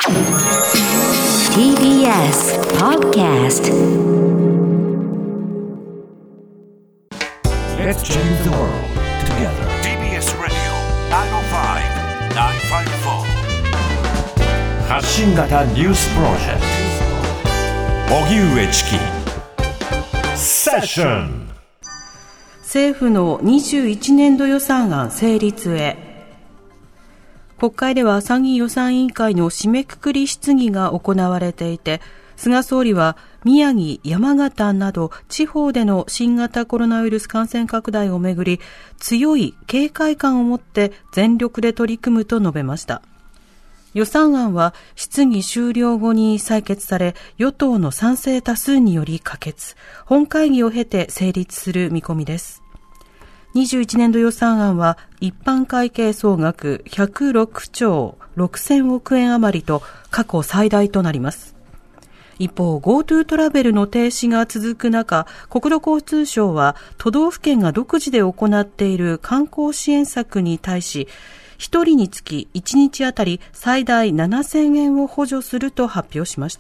TBS Podcast. Let's change the world together. TBS Radio 905-954 発信型ニュースプロジェクト荻上チキセッション。 政府の21年度予算案成立へ。国会では参議院予算委員会の締めくくり質疑が行われていて、菅総理は宮城、山形など地方での新型コロナウイルス感染拡大をめぐり、強い警戒感を持って全力で取り組むと述べました。予算案は質疑終了後に採決され、与党の賛成多数により可決、本会議を経て成立する見込みです。21年度予算案は一般会計総額106兆6000億円余りと過去最大となります。一方、GoTo トラベルの停止が続く中、国土交通省は都道府県が独自で行っている観光支援策に対し、1人につき1日あたり最大7000円を補助すると発表しました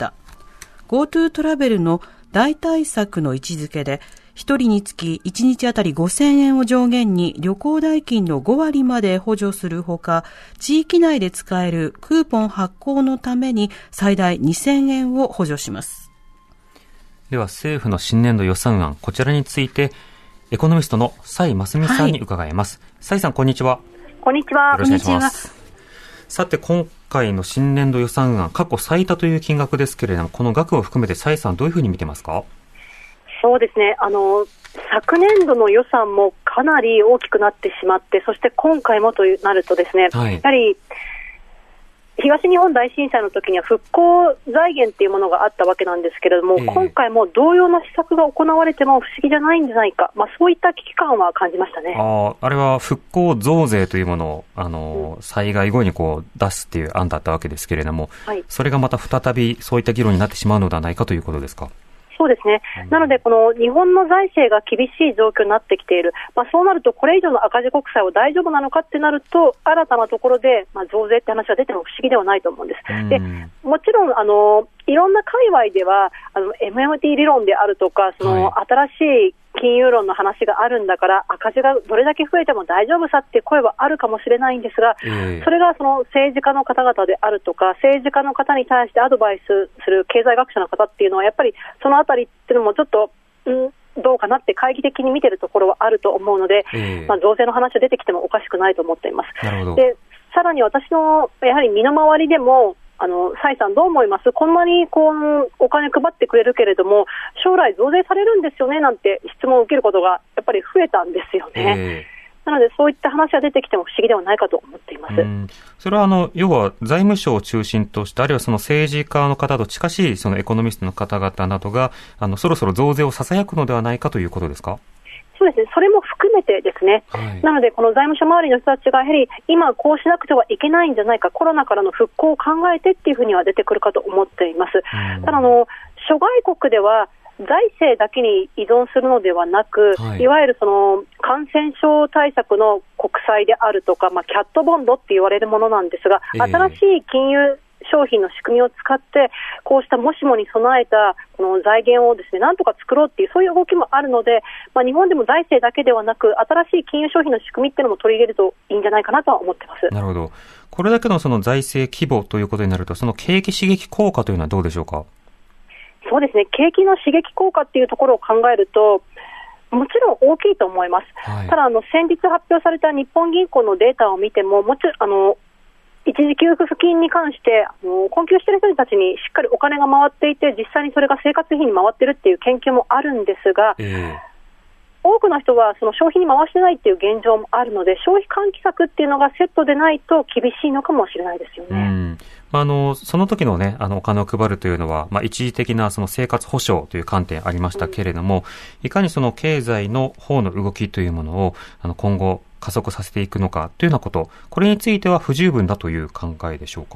。GoTo トラベルの代替策の位置づけで、1人につき1日あたり5000円を上限に旅行代金の5割まで補助するほか、地域内で使えるクーポン発行のために最大2000円を補助します。 では政府の新年度予算案、こちらについてエコノミストの蔡真澄さんに伺います。蔡さん、こんにちは。 こんにちは。 よろしくお願いします。さて、今回の新年度予算案、過去最多という金額ですけれども、この額を含めて蔡さん、どういうふうに見てますか？ そうですね、昨年度の予算もかなり大きくなってしまって、そして今回もとなるとですね、やはり東日本大震災の時には復興財源っていうものがあったわけなんですけれども、今回も同様の施策が行われても不思議じゃないんじゃないか、そういった危機感は感じましたね。 あれは復興増税というものを災害後に出すっていう案だったわけですけれども、それがまた再びそういった議論になってしまうのではないかということですか？ そうですね。なので、この日本の財政が厳しい状況になってきている。そうなると、これ以上の赤字国債は大丈夫なのかってなると、新たなところで、増税って話が出ても不思議ではないと思うんです。で、もちろん、いろんな界隈では、MMT 理論であるとか、新しい金融論の話があるんだから赤字がどれだけ増えても大丈夫さっていう声はあるかもしれないんですが、それがその政治家の方々であるとか、政治家の方に対してアドバイスする経済学者の方っていうのはやっぱりそのあたりっていうのもちょっとどうかなって懐疑的に見てるところはあると思うので、増税の話が出てきてもおかしくないと思っています。で、さらに私のやはり身の回りでも蔡さんどう思います？こんなにお金配ってくれるけれども将来増税されるんですよねなんて質問を受けることがやっぱり増えたんですよね。なのでそういった話が出てきても不思議ではないかと思っています。 それは要は財務省を中心として、あるいはその政治家の方と近しいそのエコノミストの方々などがそろそろ増税をささやくのではないかということですか？ そうですね、それも含めてですね、なのでこの財務省周りの人たちがやはり今こうしなくてはいけないんじゃないか、コロナからの復興を考えてっていうふうには出てくるかと思っています。ただ諸外国では財政だけに依存するのではなく、いわゆるその感染症対策の国債であるとか、キャットボンドって言われるものなんですが、新しい金融商品の仕組みを使ってこうしたもしもに備えたこの財源をですね、なんとか作ろうっていうそういう動きもあるので、日本でも財政だけではなく新しい金融商品の仕組みっていうのも取り入れるといいんじゃないかなとは思ってます。 なるほど。これだけのその財政規模ということになると、その景気刺激効果というのはどうでしょうか？ そうですね、景気の刺激効果っていうところを考えるともちろん大きいと思います。ただ先日発表された日本銀行のデータを見ても、一時給付金に関して困窮している人たちにしっかりお金が回っていて、実際にそれが生活費に回っているっていう研究もあるんですが、多くの人はその消費に回してないっていう現状もあるので、消費喚起策っていうのがセットでないと厳しいのかもしれないですよね。 その時のね、お金を配るというのは、一時的なその生活保障という観点ありましたけれども、いかにその経済の方の動きというものを今後加速させていくのかというようなこと、これについては不十分だという考えでしょうか？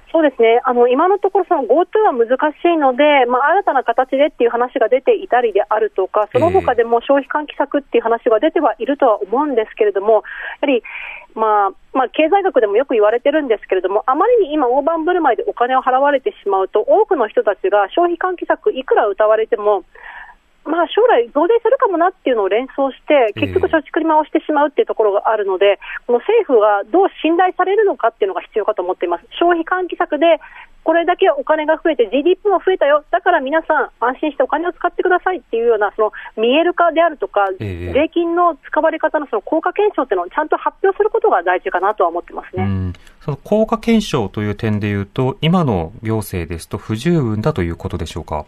そうですね、今のところその GoTo は難しいので、新たな形でっていう話が出ていたりであるとか、その他でも消費喚起策っていう話が出てはいるとは思うんですけれども、やはり経済学でもよく言われてるんですけれども、あまりに今大盤振る舞いでお金を払われてしまうと、多くの人たちが消費喚起策いくら謳われても将来増税するかもなっていうのを連想して結局貯蓄に回してしまうっていうところがあるので、この政府がどう信頼されるのかっていうのが必要かと思っています。消費喚起策でこれだけお金が増えて GDP も増えたよ、だから皆さん安心してお金を使ってくださいっていうようなその見える化であるとか、税金の使われ方のその効果検証っていうのをちゃんと発表することが大事かなとは思ってますね。 その効果検証という点でいうと、今の行政ですと不十分だということでしょうか。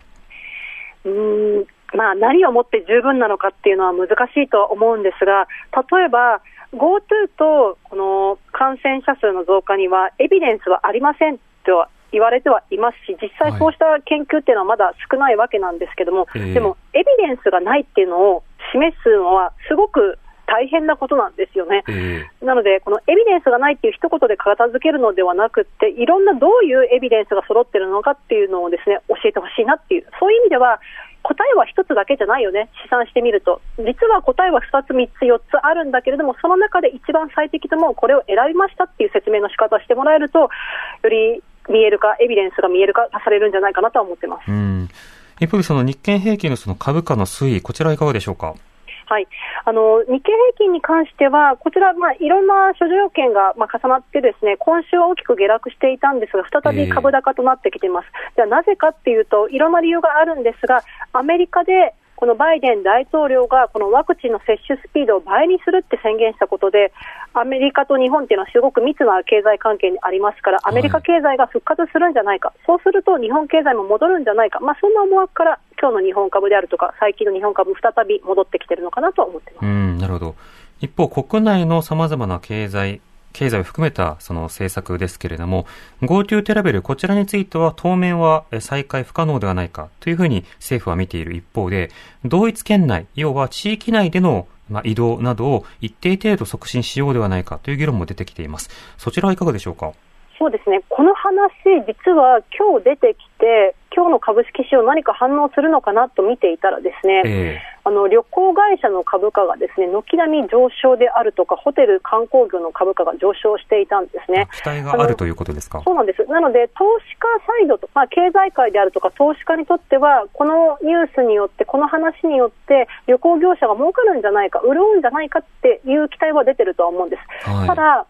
何をもって十分なのかっていうのは難しいとは思うんですが、例えば GoTo とこの感染者数の増加にはエビデンスはありませんと言われてはいますし、実際そうした研究っていうのはまだ少ないわけなんですけども、でもエビデンスがないっていうのを示すのはすごく大変なことなんですよね。なのでこのエビデンスがないっていう一言で片付けるのではなくって、いろんなどういうエビデンスが揃っているのかっていうのをですね教えてほしいなっていう、そういう意味では答えは一つだけじゃないよね、試算してみると実は答えは2つ3つ4つあるんだけれども、その中で一番最適ともこれを選びましたっていう説明の仕方をしてもらえると、より見える化、エビデンスが見える化されるんじゃないかなと思ってます。 一方でその日経平均のその株価の推移、こちらはいかがでしょうか。 はい、日経平均に関してはこちら、いろんな諸条件が重なってですね、今週は大きく下落していたんですが、再び株高となってきています。ではなぜかっていうと、いろんな理由があるんですが、アメリカでこのバイデン大統領がこのワクチンの接種スピードを倍にするって宣言したことで、アメリカと日本っていうのはすごく密な経済関係にありますから、アメリカ経済が復活するんじゃないか、そうすると日本経済も戻るんじゃないか、そんな思惑から今日の日本株であるとか最近の日本株再び戻ってきているのかなと思っています。 なるほど。一方、国内の様々な経済を含めたその政策ですけれども、 GoTo トラベル、こちらについては当面は再開不可能ではないかというふうに政府は見ている一方で、同一県内、要は地域内での移動などを一定程度促進しようではないかという議論も出てきています。そちらはいかがでしょうか。 そうですね、この話実は今日出てきて、今日の株式市場何か反応するのかなと見ていたらですね、旅行会社の株価がですね軒並み上昇であるとか、ホテル観光業の株価が上昇していたんですね。 期待があるということですか。 そうなんです。なので投資家サイドと、経済界であるとか投資家にとっては、このニュースによって、この話によって旅行業者が儲かるんじゃないか、潤うんじゃないかっていう期待は出てるとは思うんです。ただ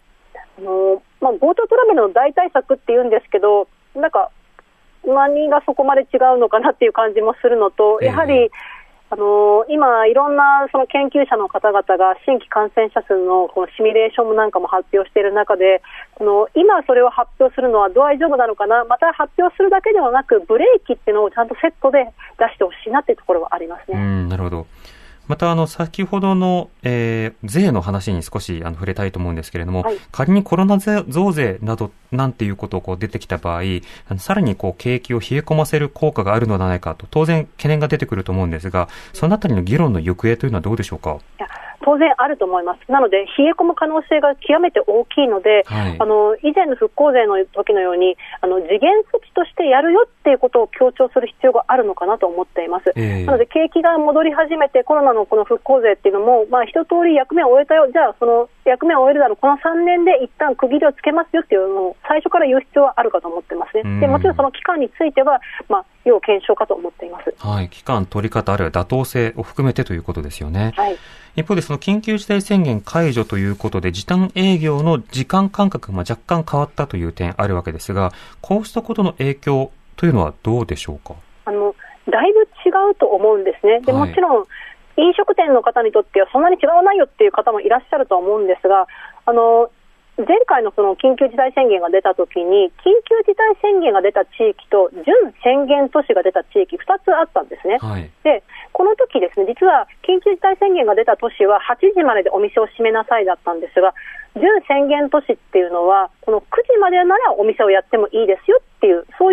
GoTo トラベルの代替策っていうんですけど、なんか何がそこまで違うのかなっていう感じもするのと、やはり今いろんなその研究者の方々が新規感染者数のこのシミュレーションなんかも発表している中で、今それを発表するのは大丈夫なのかな、また発表するだけではなくブレーキっていうのをちゃんとセットで出してほしいなっていうところはありますね。 なるほど。また先ほどの、税の話に少し触れたいと思うんですけれども、仮にコロナ増税などなんていうことを出てきた場合、さらに景気を冷え込ませる効果があるのではないかと当然懸念が出てくると思うんですが、そのあたりの議論の行方というのはどうでしょうか。 当然あると思います。なので冷え込む可能性が極めて大きいので、以前の復興税の時のように時限措置としてやるよっていうことを強調する必要があるのかなと思っています。なので景気が戻り始めて、コロナのこの復興税っていうのも、一通り役目を終えたよ、じゃあその役目を終えるだろう、この3年で一旦区切りをつけますよっていうのを最初から言う必要はあるかと思ってますね。でもちろんその期間については要検証かと思っています。 期間取り方あるいは妥当性を含めてということですよね。一方でその緊急事態宣言解除ということで時短営業の時間間隔が若干変わったという点あるわけですが、こうしたことの影響というのはどうでしょうか。 だいぶ違うと思うんですね。でもちろん飲食店の方にとってはそんなに違わないよっていう方もいらっしゃると思うんですが、前回のその緊急事態宣言が出たときに、緊急事態宣言が出た地域と準宣言都市が出た地域2つあったんですね。でこの時ですね、実は緊急事態宣言が出た都市は8時まででお店を閉めなさいだったんですが、準宣言都市っていうのはこの9時までならお店をやってもいいですよっていう、そういう施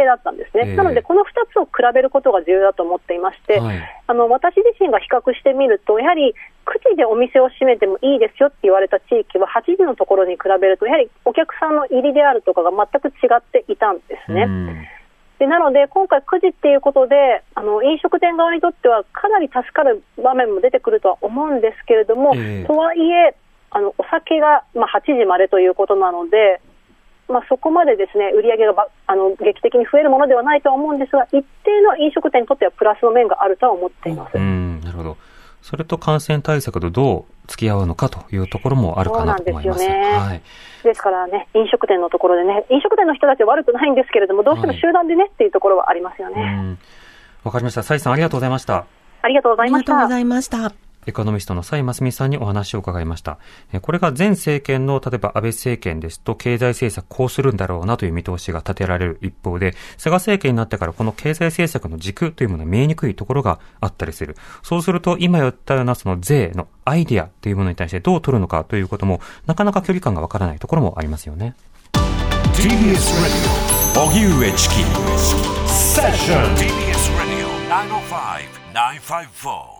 だったんですね。なのでこの2つを比べることが重要だと思っていまして、 はい、 私自身が比較してみると、やはり9時でお店を閉めてもいいですよって言われた地域は8時のところに比べるとやはりお客さんの入りであるとかが全く違っていたんですね。でなので今回9時っていうことで飲食店側にとってはかなり助かる場面も出てくるとは思うんですけれども、とはいえお酒が8時までということなので、そこまでですね売り上げが劇的に増えるものではないとは思うんですが、一定の飲食店にとってはプラスの面があるとは思っています。 なるほど。それと感染対策とどう付き合うのかというところもあるかなと思います。そうなんですよね。はい、ですからね、飲食店のところでね、飲食店の人たちは悪くないんですけれども、どうしても集団でね、っていうところはありますよね。 わかりました。蔡さんありがとうございました。 ありがとうございました。 ありがとうございました。 エコノミストの蔡真澄さんにお話を伺いました。これが前政権の例えば安倍政権ですと経済政策こうするんだろうなという見通しが立てられる一方で、菅政権になってからこの経済政策の軸というものが見えにくいところがあったりする。そうすると今言ったようなその税のアイデアというものに対してどう取るのかということもなかなか距離感がわからないところもありますよね。 TBS Radio 荻上チキセッション TBS Radio 905-954